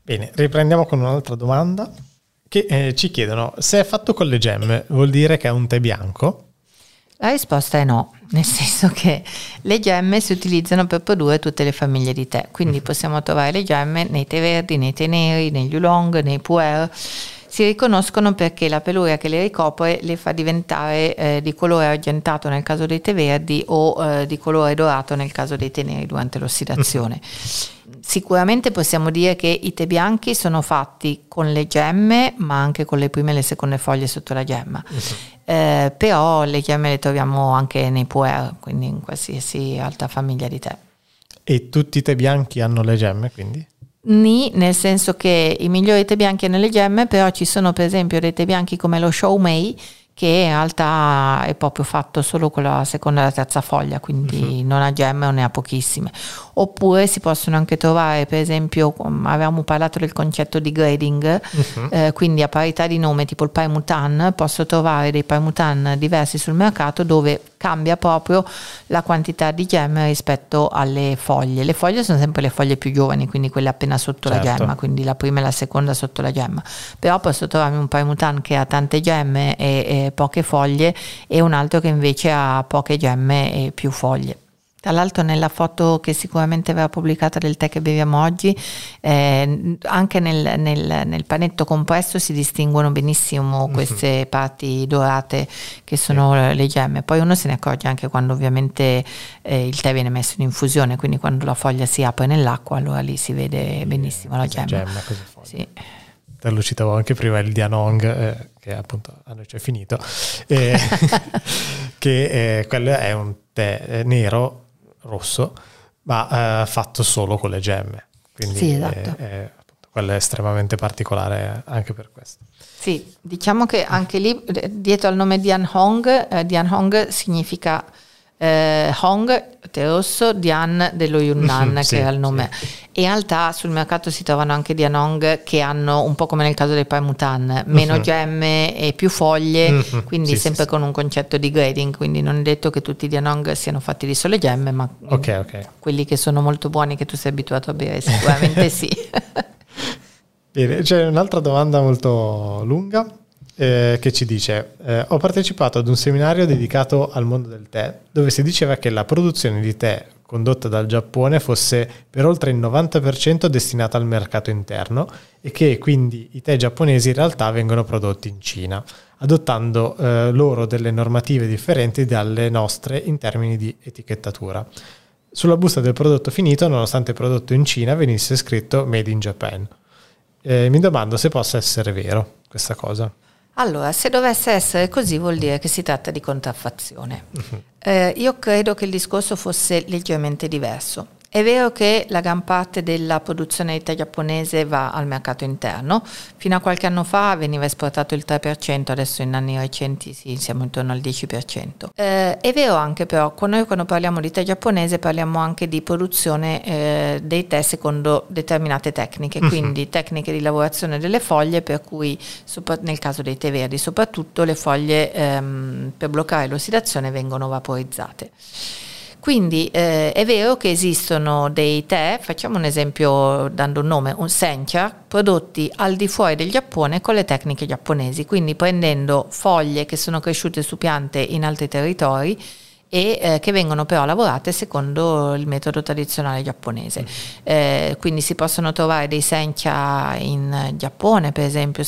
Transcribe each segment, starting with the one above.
Bene, riprendiamo con un'altra domanda che ci chiedono: se è fatto con le gemme vuol dire che è un tè bianco? La risposta è no, nel senso che le gemme si utilizzano per produrre tutte le famiglie di tè, quindi possiamo trovare le gemme nei tè verdi, nei tè neri, negli oolong, nei pu'er. Si riconoscono perché la peluria che le ricopre le fa diventare di colore argentato nel caso dei tè verdi o di colore dorato nel caso dei tè neri durante l'ossidazione. Sicuramente possiamo dire che i tè bianchi sono fatti con le gemme, ma anche con le prime e le seconde foglie sotto la gemma. Però le gemme le troviamo anche nei pu'er, quindi in qualsiasi altra famiglia di tè. E tutti i tè bianchi hanno le gemme, quindi? Ni, nel senso che i migliori tè bianchi hanno le gemme, però ci sono per esempio dei tè bianchi come lo Chow Mei, che in realtà è proprio fatto solo con la seconda e la terza foglia, quindi non ha gemme o ne ha pochissime. Oppure si possono anche trovare, per esempio, avevamo parlato del concetto di grading, quindi a parità di nome, tipo il Pai Mutan, posso trovare dei Pai Mutan diversi sul mercato dove cambia proprio la quantità di gemme rispetto alle foglie. Le foglie sono sempre le foglie più giovani, quindi quelle appena sotto la gemma, quindi la prima e la seconda sotto la gemma. Però posso trovarmi un Pai Mutan che ha tante gemme e poche foglie, e un altro che invece ha poche gemme e più foglie. Tra l'altro nella foto che sicuramente verrà pubblicata del tè che beviamo oggi, anche nel panetto compresso si distinguono benissimo queste parti dorate che sono le gemme. Poi uno se ne accorge anche quando ovviamente il tè viene messo in infusione, quindi quando la foglia si apre nell'acqua, allora lì si vede benissimo la gemma. Sì. Lo citavo anche prima, il Dianong, che appunto a noi c'è finito, che quello è un tè nero, rosso, ma fatto solo con le gemme, quindi sì, esatto. Appunto, quello è estremamente particolare anche per questo. Sì, diciamo che anche lì dietro al nome Dian Hong significa Hong, tè rosso, Dian dello Yunnan, sì, che era il nome. Sì. In realtà sul mercato si trovano anche Dianong che hanno, un po' come nel caso dei Pai Mutan, meno gemme e più foglie, quindi sempre con un concetto di grading, quindi non è detto che tutti i Dianong siano fatti di sole gemme, ma quelli che sono molto buoni, che tu sei abituato a bere, sicuramente sì. Bene, c'è un'altra domanda molto lunga che ci dice: ho partecipato ad un seminario dedicato al mondo del tè, dove si diceva che la produzione di tè condotta dal Giappone fosse per oltre il 90% destinata al mercato interno, e che quindi i tè giapponesi in realtà vengono prodotti in Cina, adottando loro delle normative differenti dalle nostre in termini di etichettatura. Sulla busta del prodotto finito, nonostante prodotto in Cina, venisse scritto Made in Japan. Mi domando se possa essere vero questa cosa. Allora, se dovesse essere così vuol dire che si tratta di contraffazione. Io credo che il discorso fosse leggermente diverso. È vero che la gran parte della produzione di tè giapponese va al mercato interno. Fino a qualche anno fa veniva esportato il 3%, adesso in anni recenti sì, siamo intorno al 10%. È vero anche però, quando parliamo di tè giapponese parliamo anche di produzione dei tè secondo determinate tecniche, quindi tecniche di lavorazione delle foglie, per cui nel caso dei tè verdi soprattutto le foglie per bloccare l'ossidazione vengono vaporizzate. Quindi è vero che esistono dei tè, facciamo un esempio dando un nome, un sencha, prodotti al di fuori del Giappone con le tecniche giapponesi, quindi prendendo foglie che sono cresciute su piante in altri territori e che vengono però lavorate secondo il metodo tradizionale giapponese. Quindi si possono trovare dei sencha in Giappone, per esempio,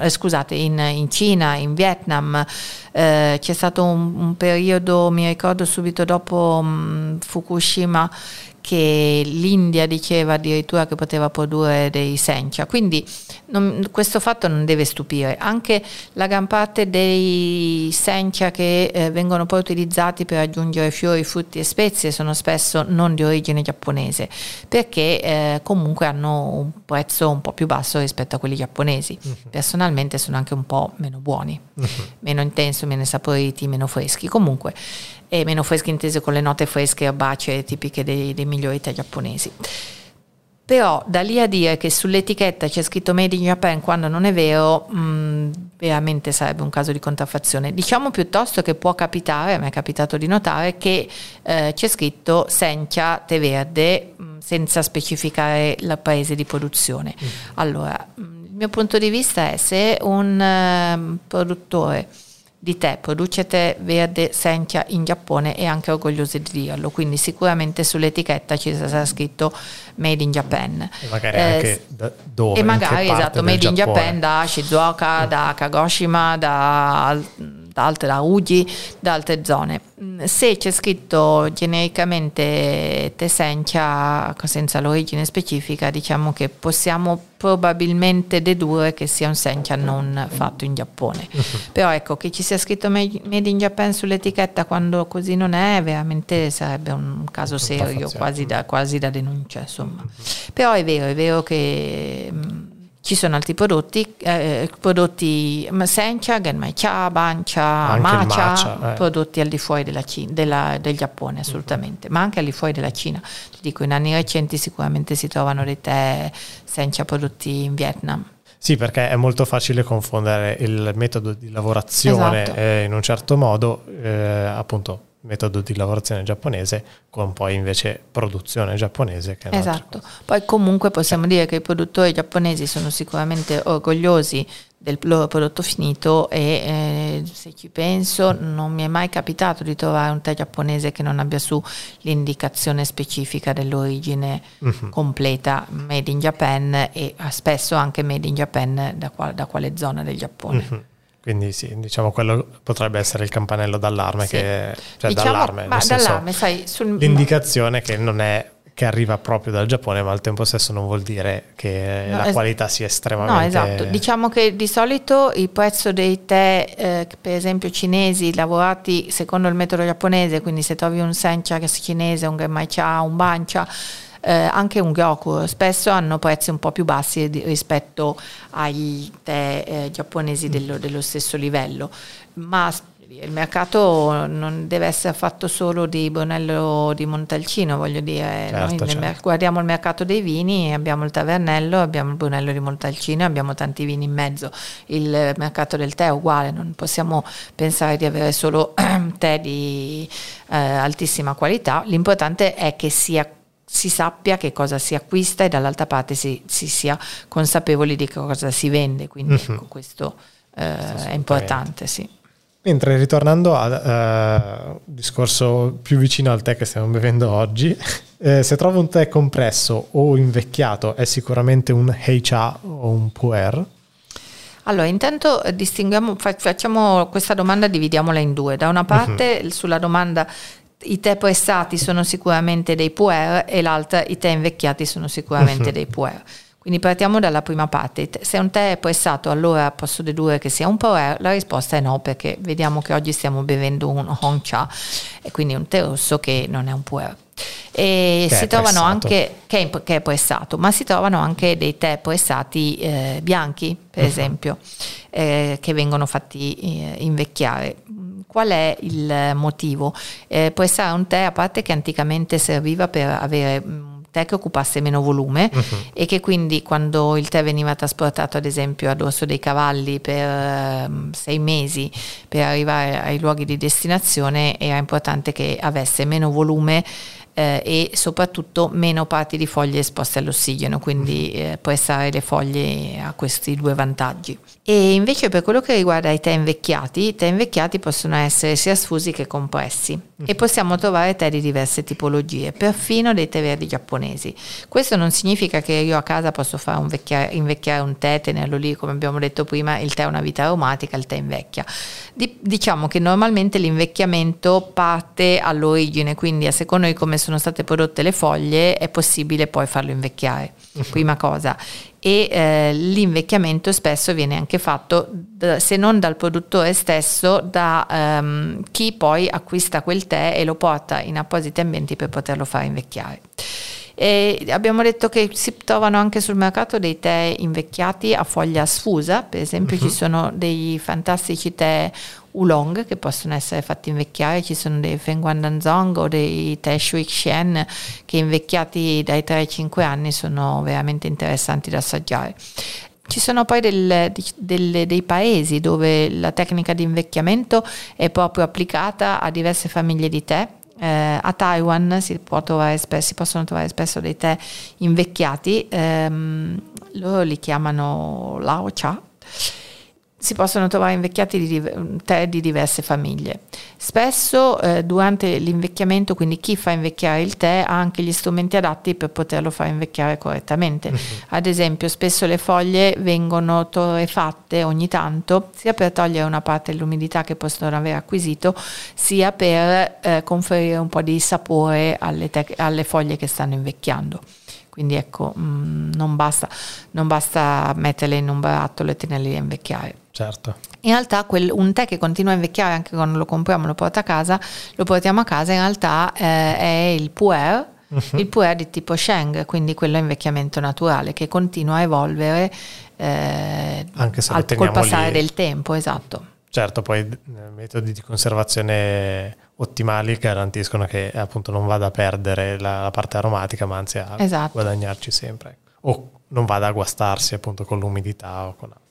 in Cina, in Vietnam. C'è stato un periodo, mi ricordo subito dopo Fukushima, che l'India diceva addirittura che poteva produrre dei sencha, quindi questo fatto non deve stupire. Anche la gran parte dei sencha che vengono poi utilizzati per aggiungere fiori, frutti e spezie sono spesso non di origine giapponese, perché comunque hanno un prezzo un po' più basso rispetto a quelli giapponesi. Personalmente sono anche un po' meno buoni, meno intensi, meno saporiti, meno freschi, comunque, e meno freschi intese con le note fresche erbacee tipiche dei migliori tè giapponesi. Però da lì a dire che sull'etichetta c'è scritto Made in Japan quando non è vero, veramente sarebbe un caso di contraffazione. Diciamo piuttosto che può capitare, a me è capitato di notare, che c'è scritto Sencha tè verde senza specificare il paese di produzione. Allora, il mio punto di vista è: se un produttore di tè produce tè verde Sencha in Giappone, è anche orgoglioso di dirlo, quindi sicuramente sull'etichetta ci sarà scritto Made in Japan, e magari anche dove, e magari esatto, Made in Giappone. Japan da Shizuoka, da Kagoshima, da Uji, da altre zone. Se c'è scritto genericamente tè Sencha senza l'origine specifica, diciamo che possiamo probabilmente dedurre che sia un Sencha non fatto in Giappone. Però ecco, che ci sia scritto Made in Japan sull'etichetta quando così non è, veramente sarebbe un caso serio, quasi da denuncia, insomma. Però è vero che ci sono altri prodotti Sencha, Genmaicha, Bancha, Matcha, prodotti al di fuori del Giappone, assolutamente, ma anche al di fuori della Cina. Ti dico, in anni recenti sicuramente si trovano dei tè Sencha prodotti in Vietnam. Sì, perché è molto facile confondere il metodo di lavorazione, esatto, in un certo modo, appunto metodo di lavorazione giapponese, con poi invece produzione giapponese, che è esatto. Poi comunque possiamo dire che i produttori giapponesi sono sicuramente orgogliosi del loro prodotto finito, e se ci penso non mi è mai capitato di trovare un tè giapponese che non abbia su l'indicazione specifica dell'origine completa, Made in Japan, e spesso anche Made in Japan da quale zona del Giappone. Quindi sì, diciamo quello potrebbe essere il campanello d'allarme, sì. D'allarme, nel senso, d'allarme, sai, l'indicazione che non è che arriva proprio dal Giappone, ma al tempo stesso non vuol dire che la qualità sia estremamente... No, esatto. Diciamo che di solito il prezzo dei tè, per esempio cinesi, lavorati secondo il metodo giapponese, quindi se trovi un Sencha che è cinese, un Genmaicha, un Bancha, anche un Gyoku, spesso hanno prezzi un po' più bassi rispetto ai tè giapponesi dello stesso livello, ma il mercato non deve essere fatto solo di Brunello di Montalcino, voglio dire, certo, noi guardiamo il mercato dei vini, abbiamo il Tavernello, abbiamo il Brunello di Montalcino, abbiamo tanti vini in mezzo. Il mercato del tè è uguale, non possiamo pensare di avere solo tè di altissima qualità. L'importante è che si sappia che cosa si acquista, e dall'altra parte si sia consapevoli di che cosa si vende, quindi ecco, questo è importante, sì. Mentre, ritornando al discorso più vicino al tè che stiamo bevendo oggi, se trovo un tè compresso o invecchiato, è sicuramente un Heicha o un Pu'er? Allora, intanto distinguiamo, facciamo questa domanda, dividiamola in due. Da una parte, sulla domanda i tè pressati sono sicuramente dei Pu'er, e l'altra i tè invecchiati sono sicuramente dei Pu'er. Quindi partiamo dalla prima parte. Se un tè è pressato, allora posso dedurre che sia un Pu'er? La risposta è no, perché vediamo che oggi stiamo bevendo un Hongcha, e quindi un tè rosso che non è un Pu'er. E si trovano anche che è pressato, ma si trovano anche dei tè pressati bianchi, per esempio, che vengono fatti invecchiare. Qual è il motivo? Pressare un tè, a parte che anticamente serviva per avere tè che occupasse meno volume, e che quindi quando il tè veniva trasportato ad esempio a dorso dei cavalli per 6 mesi per arrivare ai luoghi di destinazione, era importante che avesse meno volume e soprattutto meno parti di foglie esposte all'ossigeno, quindi pressare le foglie ha questi due vantaggi. E invece per quello che riguarda i tè invecchiati possono essere sia sfusi che compressi, e possiamo trovare tè di diverse tipologie, perfino dei tè verdi giapponesi. Questo non significa che io a casa posso fare invecchiare un tè, tenerlo lì, come abbiamo detto prima, il tè ha una vita aromatica, il tè invecchia. Diciamo che normalmente l'invecchiamento parte all'origine, quindi a seconda di come sono state prodotte le foglie è possibile poi farlo invecchiare, prima cosa. E l'invecchiamento spesso viene anche fatto se non dal produttore stesso, da chi poi acquista quel tè e lo porta in appositi ambienti per poterlo fare invecchiare. E abbiamo detto che si trovano anche sul mercato dei tè invecchiati a foglia sfusa, per esempio ci sono dei fantastici tè oolong che possono essere fatti invecchiare, ci sono dei Feng Guandanzong o dei tè Shui Xian che invecchiati dai 3 ai 5 anni sono veramente interessanti da assaggiare. Ci sono poi dei paesi dove la tecnica di invecchiamento è proprio applicata a diverse famiglie di tè. A Taiwan si possono trovare spesso dei tè invecchiati, loro li chiamano Lao Cha. Si possono trovare invecchiati tè di diverse famiglie. Spesso durante l'invecchiamento, quindi chi fa invecchiare il tè ha anche gli strumenti adatti per poterlo far invecchiare correttamente. Ad esempio, spesso le foglie vengono torrefatte ogni tanto, sia per togliere una parte dell'umidità che possono aver acquisito, sia per conferire un po' di sapore alle foglie che stanno invecchiando. Quindi ecco, non basta metterle in un barattolo e tenerle a invecchiare. Certo. In realtà un tè che continua a invecchiare anche quando lo compriamo, lo portiamo a casa, in realtà è il pu'er, il pu'er di tipo Sheng, quindi quello invecchiamento naturale che continua a evolvere anche se col passare del tempo, esatto. Certo, poi metodi di conservazione ottimali garantiscono che appunto non vada a perdere la parte aromatica, ma anzi a guadagnarci sempre. O non vada a guastarsi appunto con l'umidità o con altro.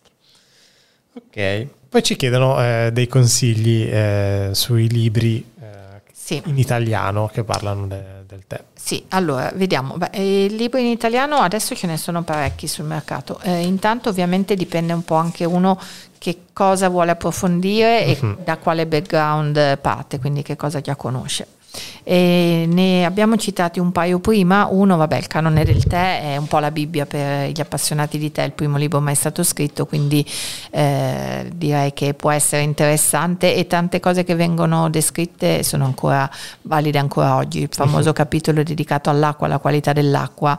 Ok. Poi ci chiedono dei consigli sui libri in italiano che parlano del tè. Sì, allora vediamo. I libri in italiano adesso ce ne sono parecchi sul mercato. Intanto ovviamente dipende un po' anche uno che cosa vuole approfondire e da quale background parte, quindi che cosa già conosce. E ne abbiamo citati un paio prima. Uno, il Canone del tè è un po' la Bibbia per gli appassionati di tè, il primo libro mai stato scritto, quindi direi che può essere interessante e tante cose che vengono descritte sono ancora valide ancora oggi. Il famoso capitolo dedicato all'acqua, alla qualità dell'acqua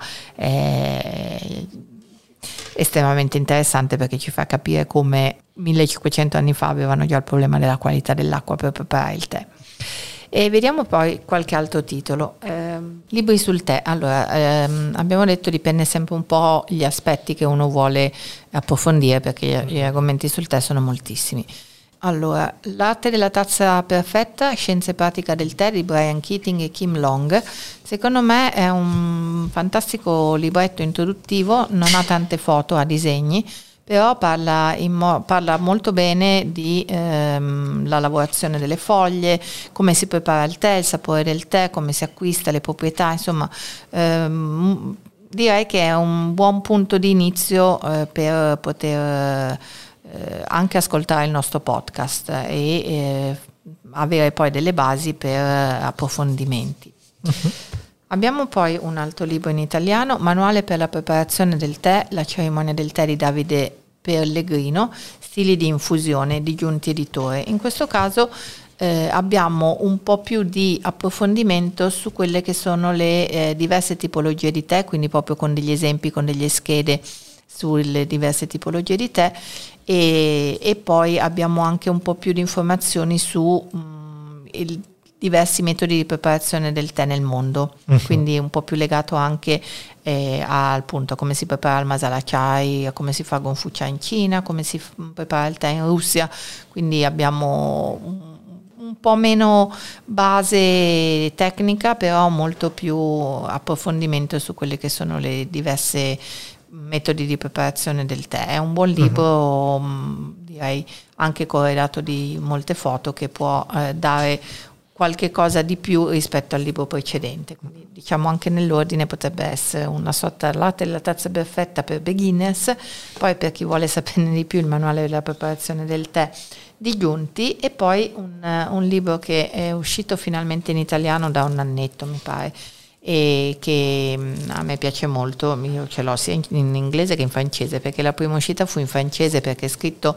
è estremamente interessante perché ci fa capire come 1500 anni fa avevano già il problema della qualità dell'acqua per preparare il tè. E vediamo poi qualche altro titolo. Libri sul tè. Allora, abbiamo detto dipende sempre un po' gli aspetti che uno vuole approfondire perché gli argomenti sul tè sono moltissimi. Allora, L'arte della tazza perfetta, scienza e pratica del tè di Brian Keating e Kim Long. Secondo me è un fantastico libretto introduttivo, non ha tante foto, ha disegni, però parla molto bene di la lavorazione delle foglie, come si prepara il tè, il sapore del tè, come si acquista, le proprietà, insomma direi che è un buon punto di inizio per poter anche ascoltare il nostro podcast e avere poi delle basi per approfondimenti. Abbiamo poi un altro libro in italiano, Manuale per la preparazione del tè, la cerimonia del tè di Davide Pellegrino, stili di infusione di Giunti Editore. In questo caso abbiamo un po' più di approfondimento su quelle che sono le diverse tipologie di tè, quindi proprio con degli esempi, con delle schede sulle diverse tipologie di tè e poi abbiamo anche un po' più di informazioni su diversi metodi di preparazione del tè nel mondo, quindi un po' più legato anche al punto come si prepara il masala chai, come si fa Gongfu Cha in Cina, come si prepara il tè in Russia, quindi abbiamo un po' meno base tecnica, però molto più approfondimento su quelle che sono le diverse metodi di preparazione del tè. È un buon libro, direi anche corredato di molte foto, che può dare qualche cosa di più rispetto al libro precedente. Quindi diciamo anche nell'ordine potrebbe essere una sorta l'arte della tazza perfetta per beginners, poi per chi vuole saperne di più il manuale della preparazione del tè di Giunti e poi un libro che è uscito finalmente in italiano da un annetto mi pare e che a me piace molto. Io ce l'ho sia in inglese che in francese, perché la prima uscita fu in francese perché è scritto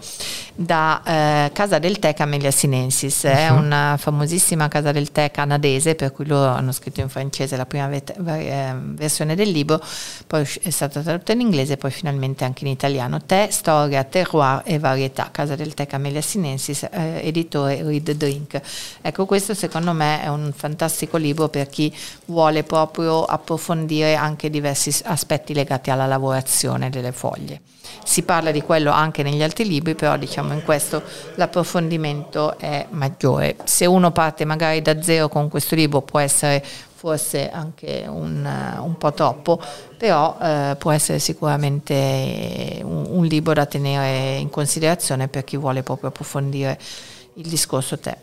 da Casa del Tè Camellia Sinensis, è una famosissima casa del tè canadese, per cui loro hanno scritto in francese la prima versione del libro, poi è stata tradotta in inglese, poi finalmente anche in italiano. Tè, storia, terroir e varietà, Casa del Tè Camellia Sinensis, editore Read Drink. Ecco, questo secondo me è un fantastico libro per chi vuole proprio approfondire anche diversi aspetti legati alla lavorazione delle foglie. Si parla di quello anche negli altri libri, però diciamo in questo l'approfondimento è maggiore. Se uno parte magari da zero con questo libro può essere forse anche un po' troppo, però può essere sicuramente un libro da tenere in considerazione per chi vuole proprio approfondire il discorso tè.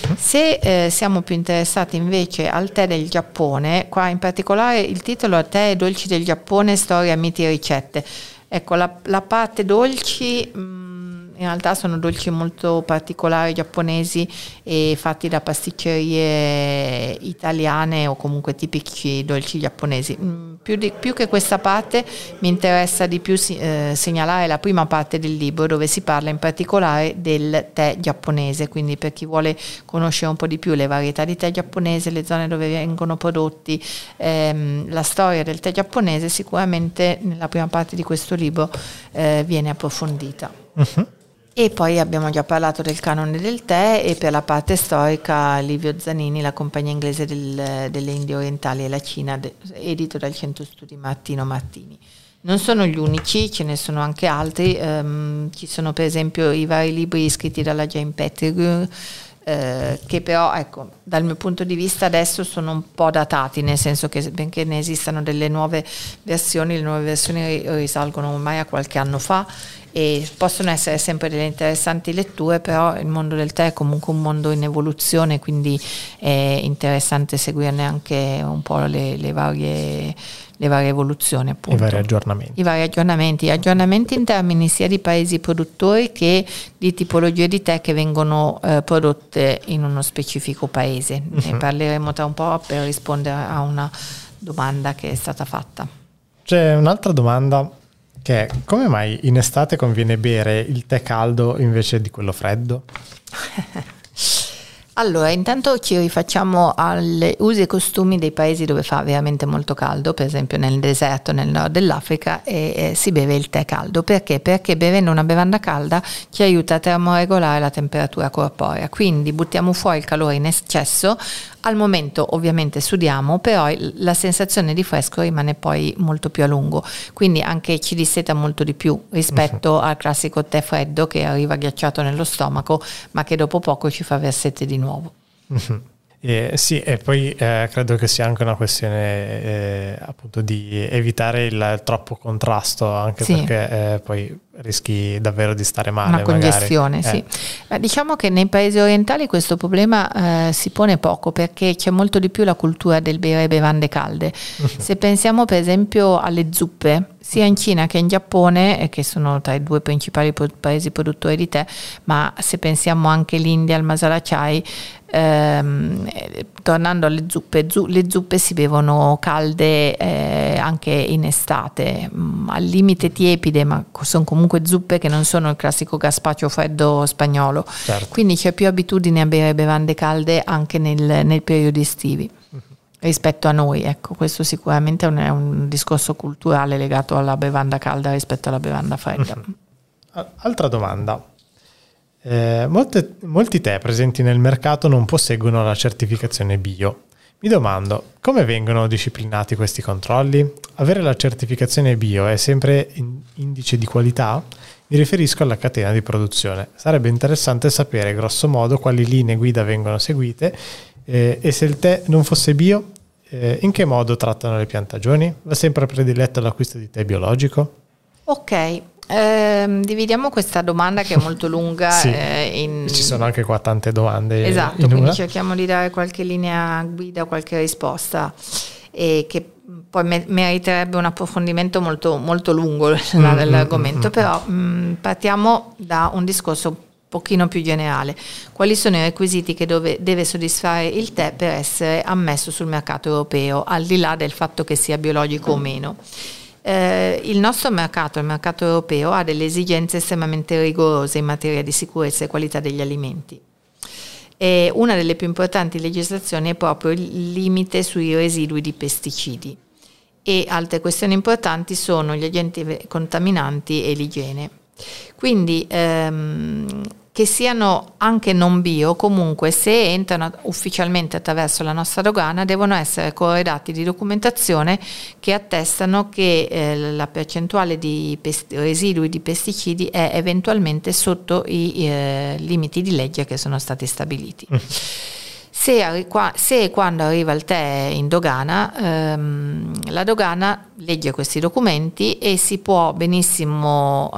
Se siamo più interessati invece al tè del Giappone, qua in particolare il titolo è Tè e dolci del Giappone, storia, miti e ricette. Ecco, la parte dolci in realtà sono dolci molto particolari giapponesi e fatti da pasticcerie italiane o comunque tipici dolci giapponesi. Più che questa parte mi interessa di più segnalare la prima parte del libro, dove si parla in particolare del tè giapponese, quindi per chi vuole conoscere un po' di più le varietà di tè giapponese, le zone dove vengono prodotti, la storia del tè giapponese, sicuramente nella prima parte di questo libro viene approfondita. E poi abbiamo già parlato del canone del tè, e per la parte storica Livio Zanini, La compagnia inglese delle Indie orientali e la Cina, edito dal Centro Studi Martino Martini. Non sono gli unici, ce ne sono anche altri, ci sono per esempio i vari libri scritti dalla Jane Pettigrew, che però, ecco, dal mio punto di vista adesso sono un po' datati, nel senso che benché ne esistano delle nuove versioni, le nuove versioni risalgono ormai a qualche anno fa e possono essere sempre delle interessanti letture, però il mondo del tè è comunque un mondo in evoluzione, quindi è interessante seguirne anche un po' le varie evoluzioni, appunto. I vari aggiornamenti in termini sia di paesi produttori che di tipologie di tè che vengono prodotte in uno specifico paese. Ne parleremo tra un po' per rispondere a una domanda che è stata fatta. C'è un'altra domanda che è: come mai in estate conviene bere il tè caldo invece di quello freddo? Allora, intanto ci rifacciamo agli usi e costumi dei paesi dove fa veramente molto caldo, per esempio nel deserto, nel nord dell'Africa, e si beve il tè caldo. Perché? Perché bevendo una bevanda calda ci aiuta a termoregolare la temperatura corporea, quindi buttiamo fuori il calore in eccesso. Al momento ovviamente sudiamo, però la sensazione di fresco rimane poi molto più a lungo, quindi anche ci disseta molto di più rispetto al classico tè freddo che arriva ghiacciato nello stomaco, ma che dopo poco ci fa aver sete di nuovo. Sì, e poi credo che sia anche una questione appunto di evitare il troppo contrasto, anche sì, perché poi rischi davvero di stare male. Una congestione, sì. Diciamo che nei paesi orientali questo problema si pone poco, perché c'è molto di più la cultura del bere bevande calde. Se pensiamo per esempio alle zuppe, sia in Cina che in Giappone, che sono tra i due principali paesi produttori di tè, ma se pensiamo anche all'India, al masala chai, tornando alle zuppe, le zuppe si bevono calde anche in estate, al limite tiepide, ma sono comunque zuppe che non sono il classico gazpacho freddo spagnolo. Certo. Quindi c'è più abitudine a bere bevande calde anche nel periodo estivi rispetto a noi. Ecco, questo sicuramente è un discorso culturale legato alla bevanda calda rispetto alla bevanda fredda. Altra domanda. Molti tè presenti nel mercato non posseggono la certificazione bio. Mi domando, come vengono disciplinati questi controlli? Avere la certificazione bio è sempre indice di qualità? Mi riferisco alla catena di produzione. Sarebbe interessante sapere grosso modo quali linee guida vengono seguite e se il tè non fosse bio, in che modo trattano le piantagioni? Va sempre prediletto l'acquisto di tè biologico? Ok. Dividiamo questa domanda che è molto lunga. Sì, ci sono anche qua tante domande. Esatto, quindi cerchiamo di dare qualche linea guida, qualche risposta, e che poi meriterebbe un approfondimento molto, molto lungo dell'argomento, però partiamo da un discorso un pochino più generale. Quali sono i requisiti che deve soddisfare il tè per essere ammesso sul mercato europeo, al di là del fatto che sia biologico o meno? Il nostro mercato, il mercato europeo, ha delle esigenze estremamente rigorose in materia di sicurezza e qualità degli alimenti. E una delle più importanti legislazioni è proprio il limite sui residui di pesticidi, e altre questioni importanti sono gli agenti contaminanti e l'igiene. Quindi che che siano anche non bio, comunque se entrano ufficialmente attraverso la nostra dogana devono essere corredati di documentazione che attestano che la percentuale di residui di pesticidi è eventualmente sotto i limiti di legge che sono stati stabiliti. Se e quando arriva il tè in dogana, la dogana legge questi documenti e si può benissimo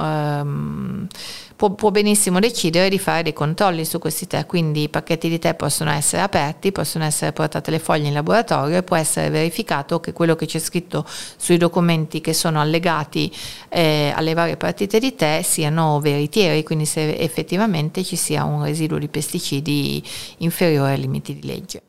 decidere di fare dei controlli su questi tè, quindi i pacchetti di tè possono essere aperti, possono essere portate le foglie in laboratorio e può essere verificato che quello che c'è scritto sui documenti che sono allegati alle varie partite di tè siano veritieri, quindi se effettivamente ci sia un residuo di pesticidi inferiore ai limiti di legge.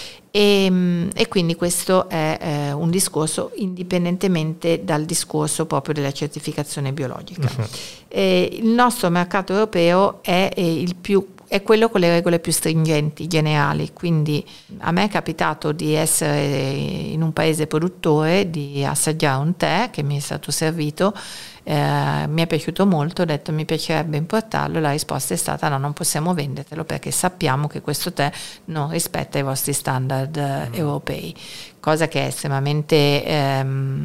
E quindi questo è un discorso indipendentemente dal discorso proprio della certificazione biologica. Il nostro mercato europeo è quello con le regole più stringenti, generali, quindi a me è capitato di essere in un paese produttore, di assaggiare un tè che mi è stato servito, mi è piaciuto molto, ho detto mi piacerebbe importarlo, la risposta è stata no, non possiamo vendertelo perché sappiamo che questo tè non rispetta i vostri standard europei, cosa che è estremamente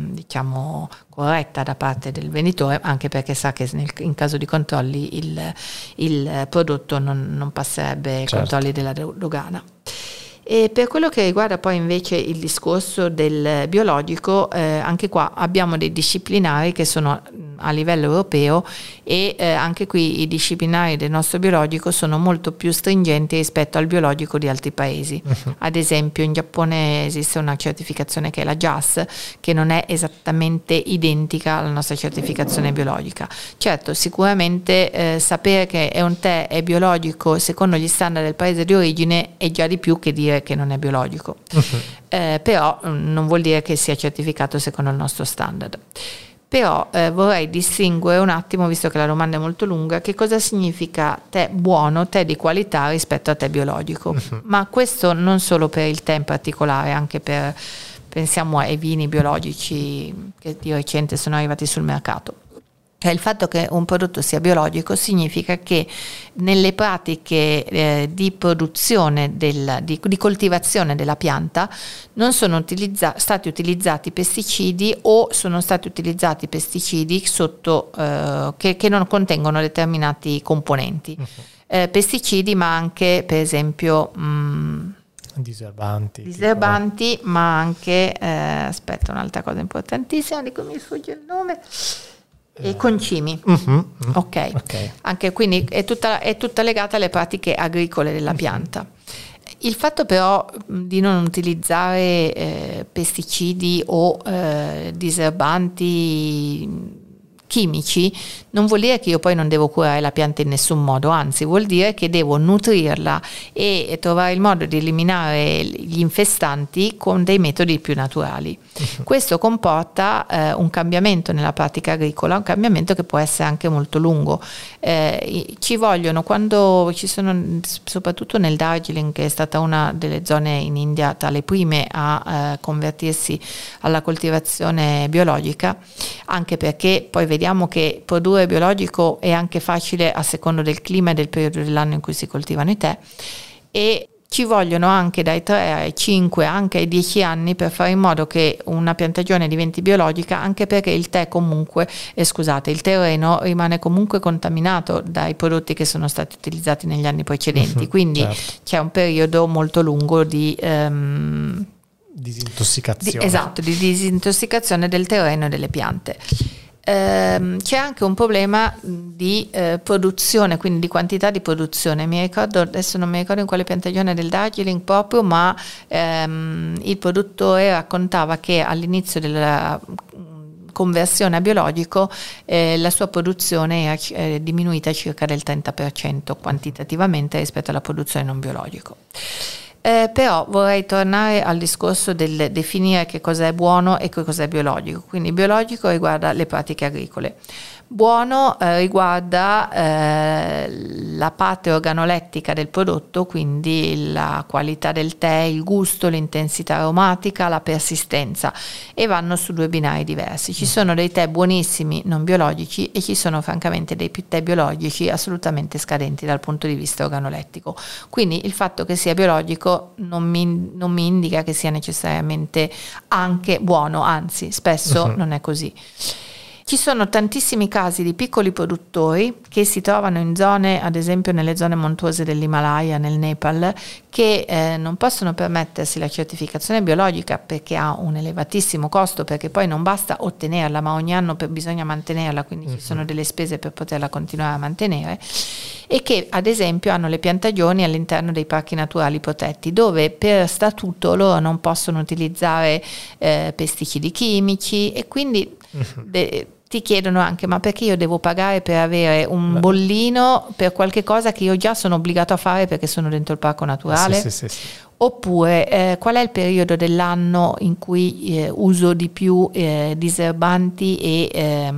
corretta da parte del venditore, anche perché sa che in caso di controlli il prodotto non passerebbe i controlli della dogana. E per quello che riguarda poi invece il discorso del biologico, anche qua abbiamo dei disciplinari che sono a livello europeo e anche qui i disciplinari del nostro biologico sono molto più stringenti rispetto al biologico di altri paesi. Ad esempio in Giappone esiste una certificazione che è la JAS, che non è esattamente identica alla nostra certificazione biologica. Certo, sicuramente sapere che un tè è biologico secondo gli standard del paese di origine è già di più che dire che non è biologico, però non vuol dire che sia certificato secondo il nostro standard. Però vorrei distinguere un attimo, visto che la domanda è molto lunga, che cosa significa tè buono, tè di qualità rispetto a tè biologico. Ma questo non solo per il tè in particolare, anche pensiamo ai vini biologici che di recente sono arrivati sul mercato. Il fatto che un prodotto sia biologico significa che nelle pratiche di produzione di coltivazione della pianta non sono stati utilizzati pesticidi o sono stati utilizzati pesticidi che non contengono determinati componenti. Pesticidi, ma anche per esempio diserbanti, ma anche aspetta, un'altra cosa importantissima di cui mi sfugge il nome. E concimi, ok. Anche quindi è tutta legata alle pratiche agricole della pianta. Il fatto però di non utilizzare pesticidi o diserbanti chimici non vuol dire che io poi non devo curare la pianta in nessun modo, anzi vuol dire che devo nutrirla e trovare il modo di eliminare gli infestanti con dei metodi più naturali. Questo comporta un cambiamento nella pratica agricola, un cambiamento che può essere anche molto lungo. Ci vogliono, quando ci sono, soprattutto nel Darjeeling, che è stata una delle zone in India tra le prime a convertirsi alla coltivazione biologica, anche perché poi vediamo che produrre biologico è anche facile a secondo del clima e del periodo dell'anno in cui si coltivano i tè, e ci vogliono anche dai 3 ai 5, anche ai 10 anni per fare in modo che una piantagione diventi biologica, anche perché il terreno rimane comunque contaminato dai prodotti che sono stati utilizzati negli anni precedenti, quindi c'è un periodo molto lungo di disintossicazione. Di disintossicazione del terreno e delle piante. C'è anche un problema di produzione, quindi di quantità di produzione. Adesso non mi ricordo in quale piantagione del Darjeeling proprio, ma il produttore raccontava che all'inizio della conversione a biologico la sua produzione è diminuita circa del 30% quantitativamente rispetto alla produzione non biologico. Però vorrei tornare al discorso del definire che cos'è buono e che cos'è biologico. Quindi biologico riguarda le pratiche agricole. Buono riguarda la parte organolettica del prodotto, quindi la qualità del tè, il gusto, l'intensità aromatica, la persistenza, e vanno su due binari diversi. Ci sono dei tè buonissimi non biologici e ci sono francamente dei tè biologici assolutamente scadenti dal punto di vista organolettico. Quindi il fatto che sia biologico non mi indica che sia necessariamente anche buono, anzi spesso non è così. Ci sono tantissimi casi di piccoli produttori che si trovano in zone, ad esempio nelle zone montuose dell'Himalaya, nel Nepal, che non possono permettersi la certificazione biologica perché ha un elevatissimo costo, perché poi non basta ottenerla, ma ogni anno bisogna mantenerla, quindi ci sono delle spese per poterla continuare a mantenere, e che ad esempio hanno le piantagioni all'interno dei parchi naturali protetti, dove per statuto loro non possono utilizzare pesticidi chimici, e quindi ti chiedono anche: ma perché io devo pagare per avere un bollino per qualche cosa che io già sono obbligato a fare perché sono dentro il parco naturale? Sì. Oppure qual è il periodo dell'anno in cui uso di più diserbanti e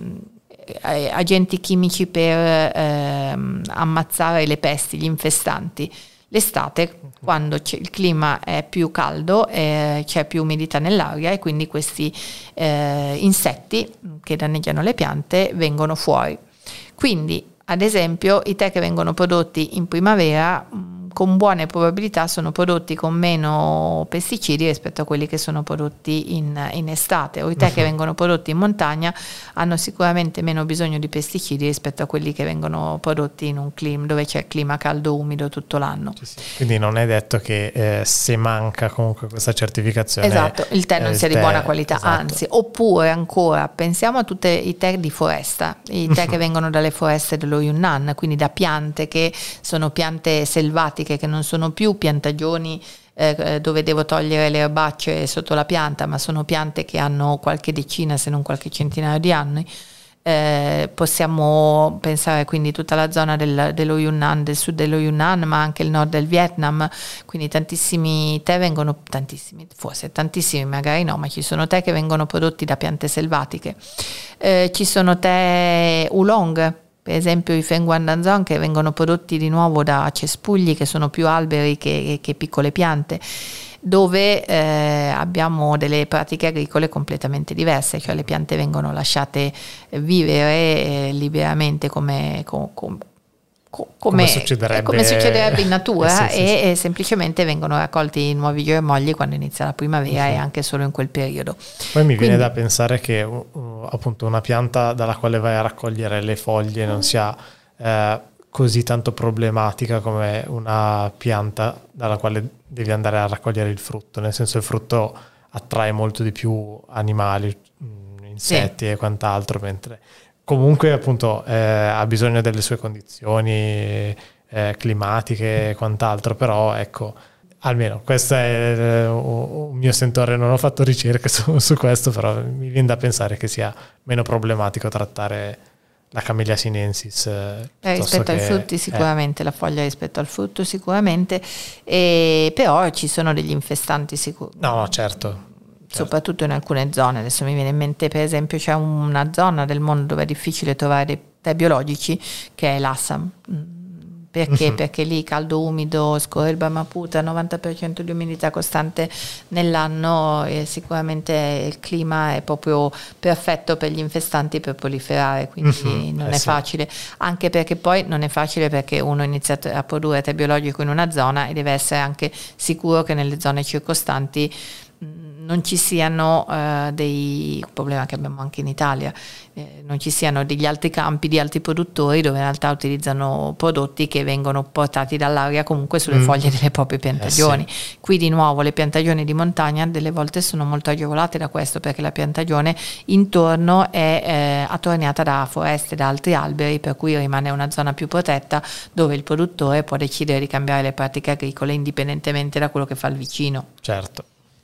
agenti chimici per ammazzare le pesti, gli infestanti? L'estate, quando il clima è più caldo, c'è più umidità nell'aria, e quindi questi insetti che danneggiano le piante vengono fuori. Quindi, ad esempio, i tè che vengono prodotti in primavera con buone probabilità sono prodotti con meno pesticidi rispetto a quelli che sono prodotti in estate, o i tè che vengono prodotti in montagna hanno sicuramente meno bisogno di pesticidi rispetto a quelli che vengono prodotti in un clima dove c'è clima caldo umido tutto l'anno. Sì. Quindi non è detto che se manca comunque questa certificazione, esatto, il tè non sia di buona qualità, esatto. Anzi, oppure ancora pensiamo a tutti i tè di foresta, i tè che vengono dalle foreste dello Yunnan, quindi da piante che sono piante selvatiche, che non sono più piantagioni dove devo togliere le erbacce sotto la pianta, ma sono piante che hanno qualche decina se non qualche centinaio di anni. Possiamo pensare quindi tutta la zona dello Yunnan, del sud dello Yunnan, ma anche il nord del Vietnam, quindi tantissimi tè vengono, forse tantissimi magari no, ma ci sono tè che vengono prodotti da piante selvatiche. Ci sono tè oolong, per esempio i Feng Guandanzong, che vengono prodotti di nuovo da cespugli che sono più alberi che piccole piante, dove abbiamo delle pratiche agricole completamente diverse, cioè le piante vengono lasciate vivere liberamente come succederebbe in natura, e semplicemente vengono raccolti nuovi germogli quando inizia la primavera e anche solo in quel periodo. Poi viene da pensare che appunto una pianta dalla quale vai a raccogliere le foglie non sia così tanto problematica come una pianta dalla quale devi andare a raccogliere il frutto, nel senso il frutto attrae molto di più animali, insetti e quant'altro, mentre comunque appunto ha bisogno delle sue condizioni climatiche e quant'altro, però ecco, almeno questo è un mio sentore, non ho fatto ricerche su questo, però mi viene da pensare che sia meno problematico trattare la Camellia sinensis rispetto ai frutti sicuramente, la foglia rispetto al frutto sicuramente, però ci sono degli infestanti sicuri. No, certo. Soprattutto in alcune zone. Adesso mi viene in mente, per esempio, c'è una zona del mondo dove è difficile trovare dei tè biologici, che è l'Assam. Perché? Perché lì caldo umido, scorre il Brahmaputra, 90% di umidità costante nell'anno, e sicuramente il clima è proprio perfetto per gli infestanti per proliferare, quindi non è facile, anche perché poi non è facile perché uno inizia a produrre tè biologico in una zona e deve essere anche sicuro che nelle zone circostanti non ci siano dei problemi che abbiamo anche in Italia, non ci siano degli altri campi di altri produttori dove in realtà utilizzano prodotti che vengono portati dall'aria comunque sulle foglie delle proprie piantagioni. Qui di nuovo le piantagioni di montagna delle volte sono molto agevolate da questo, perché la piantagione intorno è attorniata da foreste, da altri alberi, per cui rimane una zona più protetta dove il produttore può decidere di cambiare le pratiche agricole indipendentemente da quello che fa il vicino. Certo.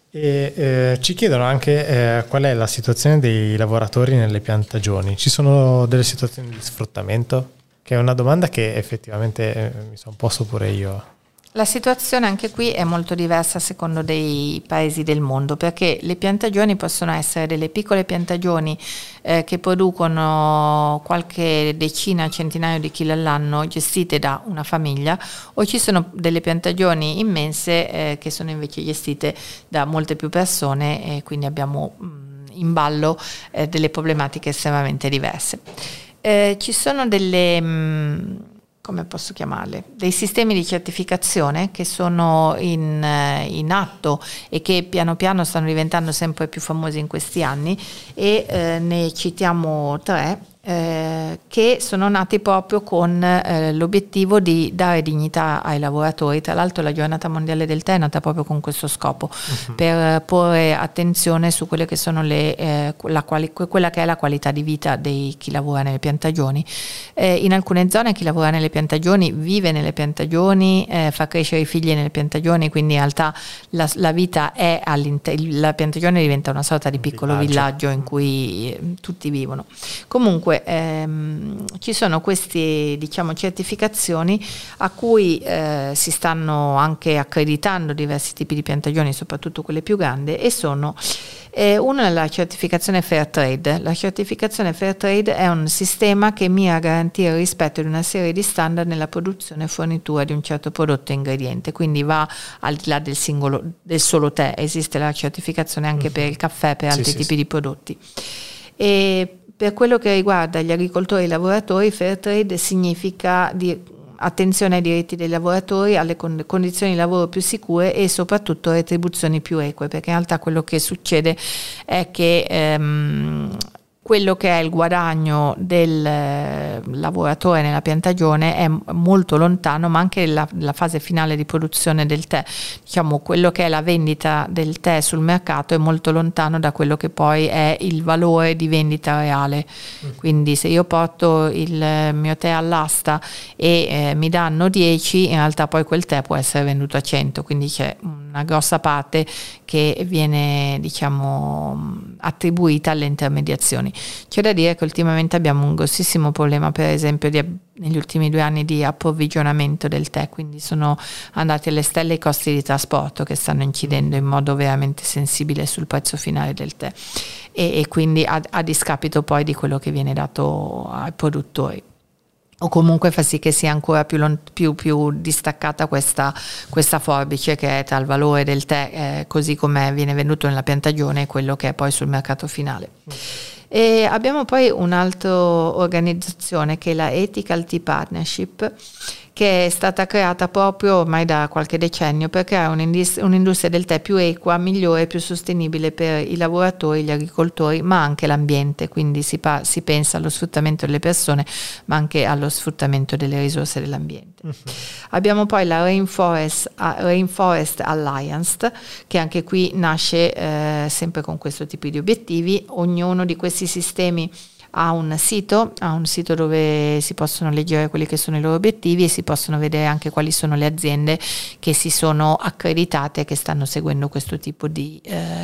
E ci chiedono anche qual è la situazione dei lavoratori nelle piantagioni. Ci sono delle situazioni di sfruttamento? Che è una domanda che effettivamente mi sono posto pure io. La situazione anche qui è molto diversa secondo dei paesi del mondo, perché le piantagioni possono essere delle piccole piantagioni che producono qualche decina, centinaio di chili all'anno, gestite da una famiglia, o ci sono delle piantagioni immense che sono invece gestite da molte più persone, e quindi abbiamo in ballo delle problematiche estremamente diverse. Ci sono delle... come posso chiamarle, dei sistemi di certificazione che sono in atto e che piano piano stanno diventando sempre più famosi in questi anni, e ne citiamo 3 che sono nati proprio con l'obiettivo di dare dignità ai lavoratori. Tra l'altro la giornata mondiale del tè è nata proprio con questo scopo, per porre attenzione su quelle che sono quella che è la qualità di vita di chi lavora nelle piantagioni. In alcune zone chi lavora nelle piantagioni vive nelle piantagioni, fa crescere i figli nelle piantagioni, quindi in realtà la vita è la piantagione diventa una sorta di piccolo villaggio in cui tutti vivono. Comunque ci sono queste, diciamo, certificazioni a cui si stanno anche accreditando diversi tipi di piantagioni, soprattutto quelle più grandi, e sono una è la certificazione Fair Trade. La certificazione Fair Trade è un sistema che mira a garantire il rispetto di una serie di standard nella produzione e fornitura di un certo prodotto e ingrediente, quindi va al di là del solo tè. Esiste la certificazione anche per il caffè, per altri tipi di prodotti. E per quello che riguarda gli agricoltori e i lavoratori, Fair Trade significa attenzione ai diritti dei lavoratori, alle condizioni di lavoro più sicure e soprattutto retribuzioni più eque, perché in realtà quello che succede è che quello che è il guadagno del lavoratore nella piantagione è molto lontano, ma anche la fase finale di produzione del tè, diciamo quello che è la vendita del tè sul mercato è molto lontano da quello che poi è il valore di vendita reale. Quindi se io porto il mio tè all'asta e mi danno 10, in realtà poi quel tè può essere venduto a 100, quindi c'è una grossa parte che viene, diciamo, attribuita alle intermediazioni. C'è da dire che ultimamente abbiamo un grossissimo problema, per esempio negli ultimi 2 anni, di approvvigionamento del tè, quindi sono andati alle stelle i costi di trasporto che stanno incidendo in modo veramente sensibile sul prezzo finale del tè, e quindi a discapito poi di quello che viene dato ai produttori, o comunque fa sì che sia ancora più distaccata questa forbice che è tra il valore del tè così come viene venduto nella piantagione e quello che è poi sul mercato finale. E abbiamo poi un'altra organizzazione che è la Ethical Tea Partnership, che è stata creata proprio ormai da qualche decennio per creare un'industria del tè più equa, migliore e più sostenibile per i lavoratori, gli agricoltori, ma anche l'ambiente. Quindi si pensa allo sfruttamento delle persone, ma anche allo sfruttamento delle risorse dell'ambiente. Abbiamo poi la Rainforest Alliance, che anche qui nasce sempre con questo tipo di obiettivi. Ognuno di questi sistemi ha un sito dove si possono leggere quelli che sono i loro obiettivi e si possono vedere anche quali sono le aziende che si sono accreditate e che stanno seguendo questo tipo di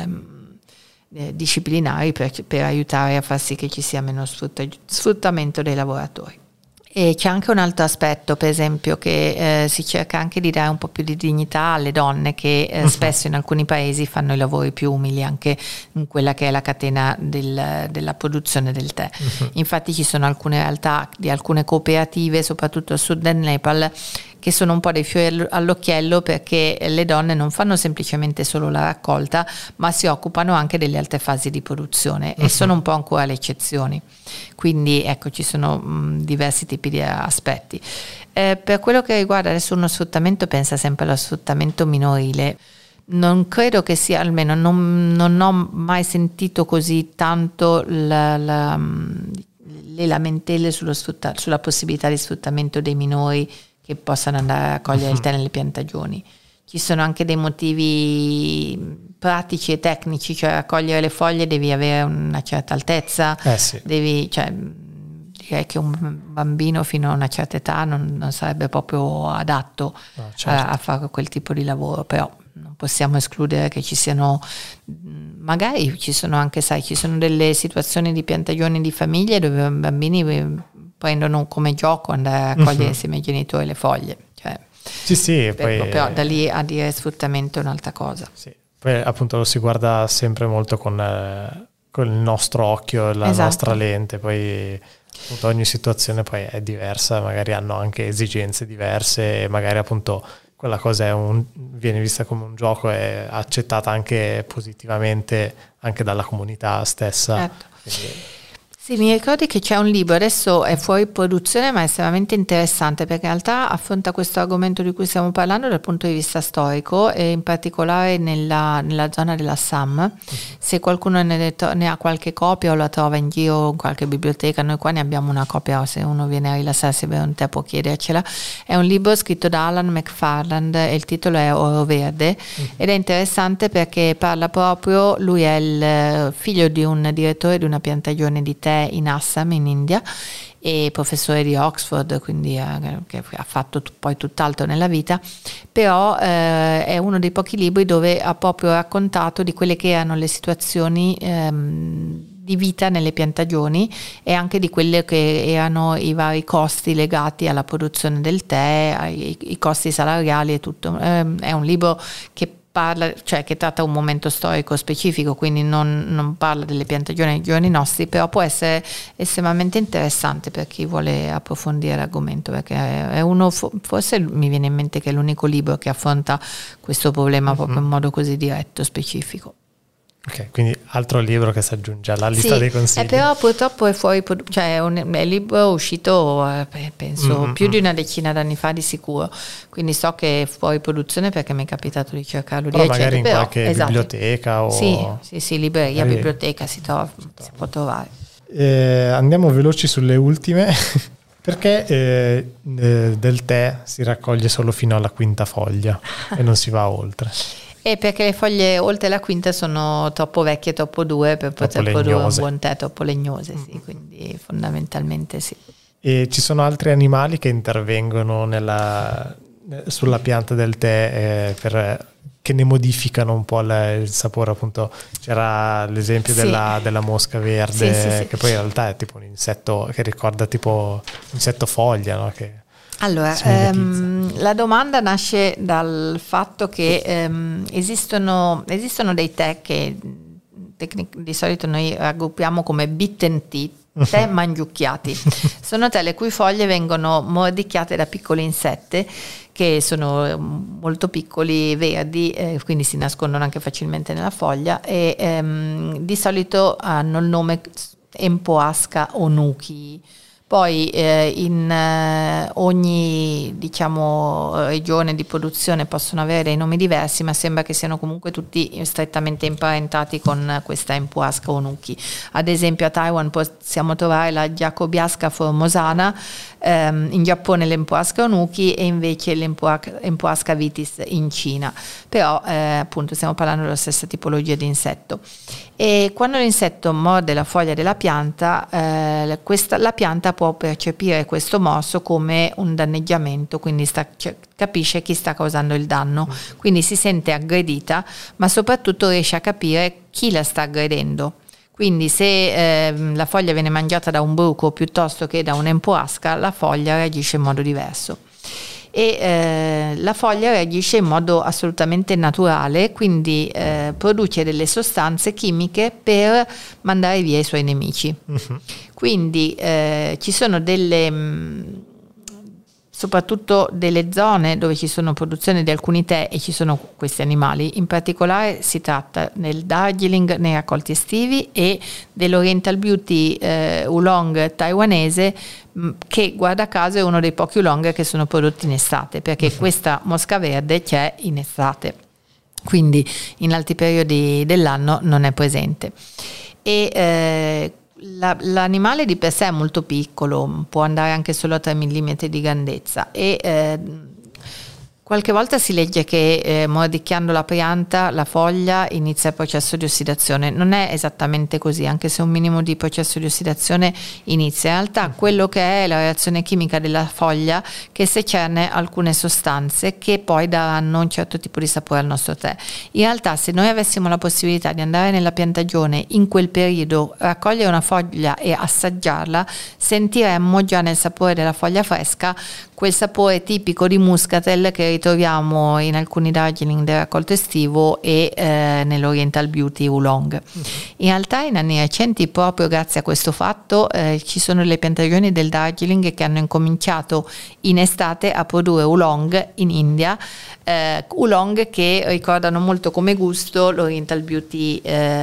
disciplinari per aiutare a far sì che ci sia meno sfruttamento dei lavoratori. E c'è anche un altro aspetto, per esempio, che si cerca anche di dare un po' più di dignità alle donne che spesso in alcuni paesi fanno i lavori più umili anche in quella che è la catena della produzione del tè. Infatti ci sono alcune realtà di alcune cooperative, soprattutto a sud del Nepal, che sono un po' dei fiori all'occhiello, perché le donne non fanno semplicemente solo la raccolta, ma si occupano anche delle altre fasi di produzione e sono un po' ancora le eccezioni. Quindi ecco, ci sono diversi tipi di aspetti. Per quello che riguarda adesso uno sfruttamento, pensa sempre allo sfruttamento minorile. Non credo che sia, almeno non ho mai sentito così tanto le lamentele sulla possibilità di sfruttamento dei minori che possano andare a raccogliere il tè nelle piantagioni. Ci sono anche dei motivi pratici e tecnici, cioè raccogliere le foglie devi avere una certa altezza, direi che un bambino fino a una certa età non sarebbe proprio adatto a fare quel tipo di lavoro, però non possiamo escludere che ci siano, magari ci sono anche, ci sono delle situazioni di piantagioni di famiglie dove bambini prendono come gioco andare a raccogliere insieme ai genitori le foglie. Sì, poi però da lì a dire sfruttamento è un'altra cosa. Sì. Poi appunto lo si guarda sempre molto con il nostro occhio, la nostra lente, poi appunto ogni situazione poi è diversa, magari hanno anche esigenze diverse e magari appunto quella cosa viene vista come un gioco, è accettata anche positivamente anche dalla comunità stessa. Certo. Sì, mi ricordi che c'è un libro, adesso è fuori produzione, ma è estremamente interessante perché in realtà affronta questo argomento di cui stiamo parlando dal punto di vista storico e in particolare nella zona dell'Assam. Se qualcuno ne ha qualche copia o la trova in giro in qualche biblioteca, noi qua ne abbiamo una copia, se uno viene a rilassarsi per un tempo può chiedercela. È un libro scritto da Alan McFarland e il titolo è Oro Verde ed è interessante perché parla proprio, lui è il figlio di un direttore di una piantagione di tè in Assam in India e professore di Oxford, quindi che ha fatto poi tutt'altro nella vita, però è uno dei pochi libri dove ha proprio raccontato di quelle che erano le situazioni di vita nelle piantagioni e anche di quelle che erano i vari costi legati alla produzione del tè, i costi salariali e tutto. È un libro che che tratta un momento storico specifico, quindi non parla delle piantagioni nei giorni nostri, però può essere estremamente interessante per chi vuole approfondire l'argomento, perché è uno, forse mi viene in mente che è l'unico libro che affronta questo problema proprio in modo così diretto, specifico. Ok, quindi altro libro che si aggiunge alla lista dei consigli. Però purtroppo è fuori, cioè è un libro uscito penso più di una decina d'anni fa di sicuro, quindi so che è fuori produzione perché mi è capitato di cercarlo di recente. Magari in qualche biblioteca o... Sì, libreria, biblioteca si può trovare. Andiamo veloci sulle ultime perché del tè si raccoglie solo fino alla quinta foglia e non si va oltre. E perché le foglie oltre la quinta sono troppo vecchie, troppo dure per poter produrre un buon tè, troppo legnose, sì, quindi fondamentalmente sì. E ci sono altri animali che intervengono sulla pianta del tè che ne modificano un po' il sapore, appunto c'era l'esempio della mosca verde, che poi in realtà è tipo un insetto che ricorda tipo insetto foglia, no? Che allora, la domanda nasce dal fatto che esistono dei tè che di solito noi raggruppiamo come bitten tea, tè mangiucchiati. Sono tè le cui foglie vengono mordicchiate da piccoli insetti che sono molto piccoli, verdi, quindi si nascondono anche facilmente nella foglia e di solito hanno il nome Empoasca onuki. Poi in ogni regione di produzione possono avere dei nomi diversi, ma sembra che siano comunque tutti strettamente imparentati con questa Empoasca onuki. Ad esempio a Taiwan possiamo trovare la Jacobiasca formosana, in Giappone l'Empoasca onuki e invece l'Empoasca vitis in Cina. Però appunto stiamo parlando della stessa tipologia di insetto. E quando l'insetto morde la foglia della pianta, la pianta può percepire questo morso come un danneggiamento, quindi capisce chi sta causando il danno, quindi si sente aggredita, ma soprattutto riesce a capire chi la sta aggredendo. Quindi se la foglia viene mangiata da un bruco piuttosto che da un'empoasca, la foglia reagisce in modo diverso. E la foglia reagisce in modo assolutamente naturale, quindi produce delle sostanze chimiche per mandare via i suoi nemici. Quindi ci sono soprattutto delle zone dove ci sono produzione di alcuni tè e ci sono questi animali. In particolare si tratta del Darjeeling nei raccolti estivi e dell'Oriental Beauty oolong taiwanese, che guarda caso è uno dei pochi oolong che sono prodotti in estate, perché questa mosca verde c'è in estate, quindi in altri periodi dell'anno non è presente. E l'animale di per sé è molto piccolo, può andare anche solo a 3 mm di grandezza e Qualche volta si legge che mordicchiando la pianta, la foglia, inizia il processo di ossidazione. Non è esattamente così, anche se un minimo di processo di ossidazione inizia. In realtà quello che è la reazione chimica della foglia che secerne alcune sostanze che poi daranno un certo tipo di sapore al nostro tè. In realtà, se noi avessimo la possibilità di andare nella piantagione in quel periodo, raccogliere una foglia e assaggiarla, sentiremmo già nel sapore della foglia fresca quel sapore tipico di muscatel che ritroviamo in alcuni Darjeeling del raccolto estivo e nell'Oriental Beauty Oolong. In realtà in anni recenti, proprio grazie a questo fatto, ci sono le piantagioni del Darjeeling che hanno incominciato in estate a produrre Oolong in India, Oolong che ricordano molto come gusto l'Oriental Beauty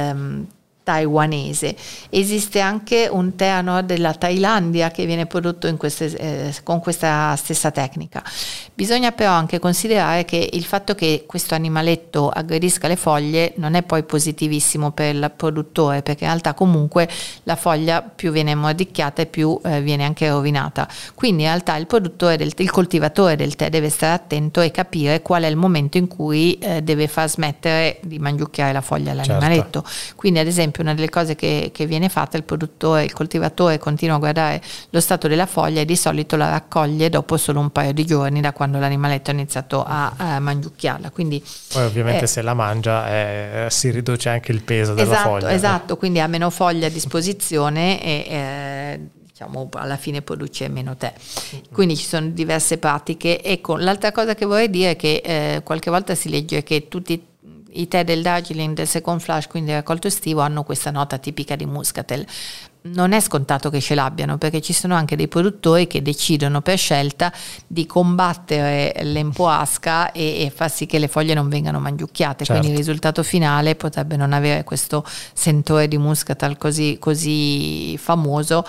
taiwanese. Esiste anche un tè a nord della Thailandia che viene prodotto con questa stessa tecnica. Bisogna però anche considerare che il fatto che questo animaletto aggredisca le foglie non è poi positivissimo per il produttore, perché in realtà comunque la foglia più viene mordicchiata e più viene anche rovinata. Quindi in realtà il coltivatore del tè deve stare attento e capire qual è il momento in cui deve far smettere di mangiucchiare la foglia all'animaletto. Certo. Quindi ad esempio una delle cose che viene fatta, il coltivatore continua a guardare lo stato della foglia e di solito la raccoglie dopo solo un paio di giorni da quando l'animaletto ha iniziato a mangiucchiarla. Quindi poi ovviamente se la mangia si riduce anche il peso della foglia. Esatto, quindi ha meno foglia a disposizione e diciamo alla fine produce meno tè. Quindi ci sono diverse pratiche. Ecco, l'altra cosa che vorrei dire è che qualche volta si legge che tutti i tè del Darjeeling del second flush, quindi raccolto estivo, hanno questa nota tipica di muscatel. Non è scontato che ce l'abbiano, perché ci sono anche dei produttori che decidono per scelta di combattere l'empoasca e far sì che le foglie non vengano mangiucchiate. Certo. Quindi il risultato finale potrebbe non avere questo sentore di muscatel così famoso.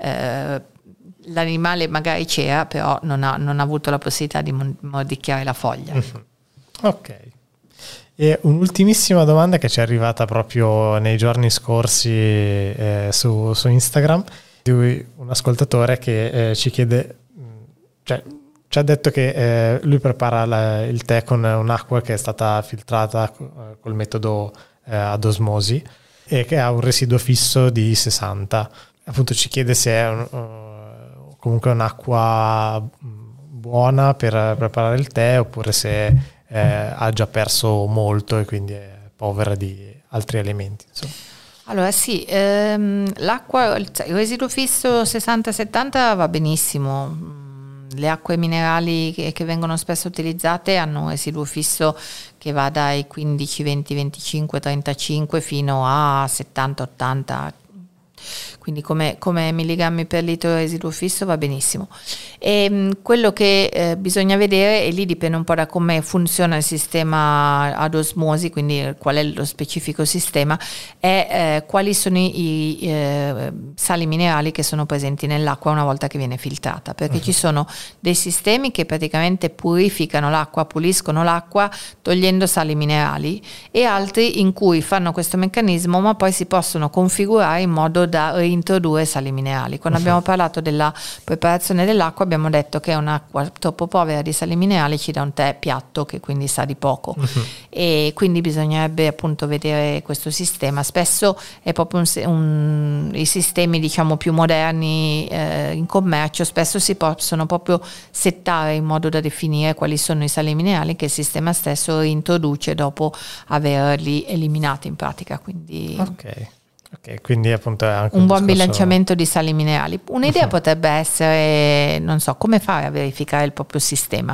L'animale magari c'era, però non ha avuto la possibilità di mordicchiare la foglia. Ok. E un'ultimissima domanda che ci è arrivata proprio nei giorni scorsi su Instagram, di un ascoltatore che ci chiede, cioè ci ha detto che lui prepara il tè con un'acqua che è stata filtrata col metodo ad osmosi e che ha un residuo fisso di 60. Appunto ci chiede se è comunque un'acqua buona per preparare il tè oppure se ha già perso molto e quindi è povera di altri elementi, insomma. Allora sì, l'acqua, il residuo fisso 60-70 va benissimo. Le acque minerali che vengono spesso utilizzate hanno un residuo fisso che va dai 15, 20, 25, 35 fino a 70, 80. Quindi come milligrammi per litro residuo fisso va benissimo. E quello che bisogna vedere, e lì dipende un po' da come funziona il sistema ad osmosi, quindi qual è lo specifico sistema, è quali sono i sali minerali che sono presenti nell'acqua una volta che viene filtrata, perché ci sono dei sistemi che praticamente purificano l'acqua, puliscono l'acqua togliendo sali minerali, e altri in cui fanno questo meccanismo ma poi si possono configurare in modo da reintrodurre sali minerali. Quando abbiamo parlato della preparazione dell'acqua abbiamo detto che un'acqua troppo povera di sali minerali ci dà un tè piatto che quindi sa di poco, e quindi bisognerebbe appunto vedere questo sistema. Spesso è proprio i sistemi diciamo più moderni in commercio spesso si possono proprio settare in modo da definire quali sono i sali minerali che il sistema stesso reintroduce dopo averli eliminati in pratica. Quindi Ok, quindi appunto è anche un buon bilanciamento di sali minerali. Un'idea potrebbe essere, non so, come fare a verificare il proprio sistema.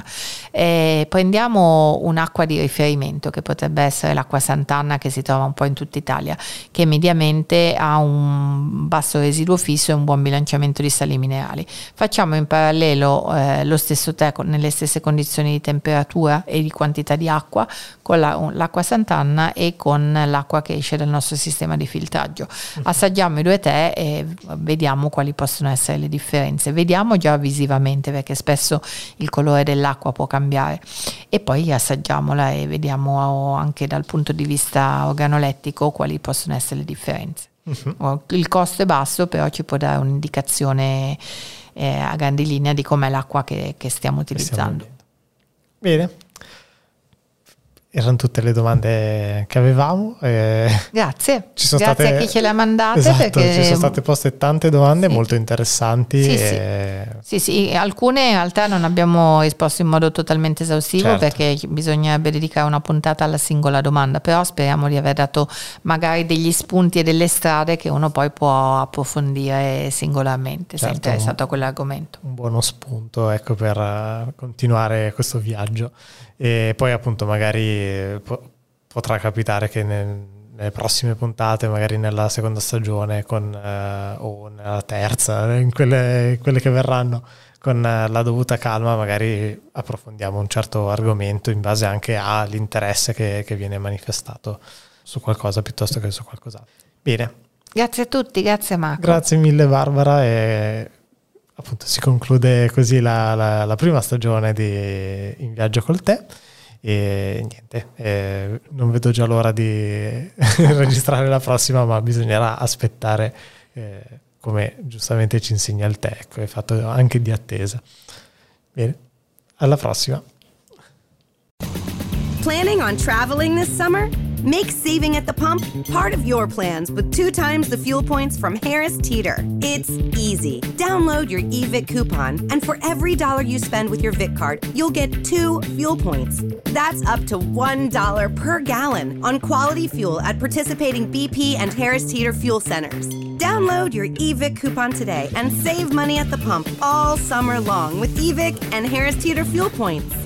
Prendiamo un'acqua di riferimento che potrebbe essere l'acqua Sant'Anna, che si trova un po' in tutta Italia, che mediamente ha un basso residuo fisso e un buon bilanciamento di sali minerali. Facciamo in parallelo lo stesso tè nelle stesse condizioni di temperatura e di quantità di acqua con l'acqua Sant'Anna e con l'acqua che esce dal nostro sistema di filtraggio. Assaggiamo i due tè e vediamo quali possono essere le differenze. Vediamo già visivamente, perché spesso il colore dell'acqua può cambiare, e poi assaggiamola e vediamo anche dal punto di vista organolettico quali possono essere le differenze. Il costo è basso, però ci può dare un'indicazione a grandi linee di com'è l'acqua che stiamo utilizzando. Bene, erano tutte le domande che avevamo. Grazie, grazie a chi ce le ha mandate. Esatto, perché ci sono state poste tante domande molto interessanti. Sì, alcune in realtà non abbiamo risposto in modo totalmente esaustivo, perché bisognerebbe dedicare una puntata alla singola domanda, però speriamo di aver dato magari degli spunti e delle strade che uno poi può approfondire singolarmente, se è interessato a quell'argomento. Un buono spunto, ecco, per continuare questo viaggio. E poi appunto magari potrà capitare che nelle prossime puntate, magari nella seconda stagione o nella terza, in quelle che verranno, con la dovuta calma magari approfondiamo un certo argomento in base anche all'interesse che viene manifestato su qualcosa piuttosto che su qualcos'altro. Bene. Grazie a tutti, grazie Marco. Grazie mille Barbara, e appunto si conclude così la prima stagione di In Viaggio col Tè. E niente, non vedo già l'ora di registrare la prossima, ma bisognerà aspettare, come giustamente ci insegna il tè, ecco, è fatto anche di attesa. Bene, alla prossima. Planning on traveling this summer? Make saving at the pump part of your plans with 2 times the fuel points from Harris Teeter. It's easy. Download your eVic coupon, and for every $1 you spend with your Vic card, you'll get 2 fuel points. That's up to $1 per gallon on quality fuel at participating BP and Harris Teeter fuel centers. Download your eVic coupon today and save money at the pump all summer long with eVic and Harris Teeter fuel points.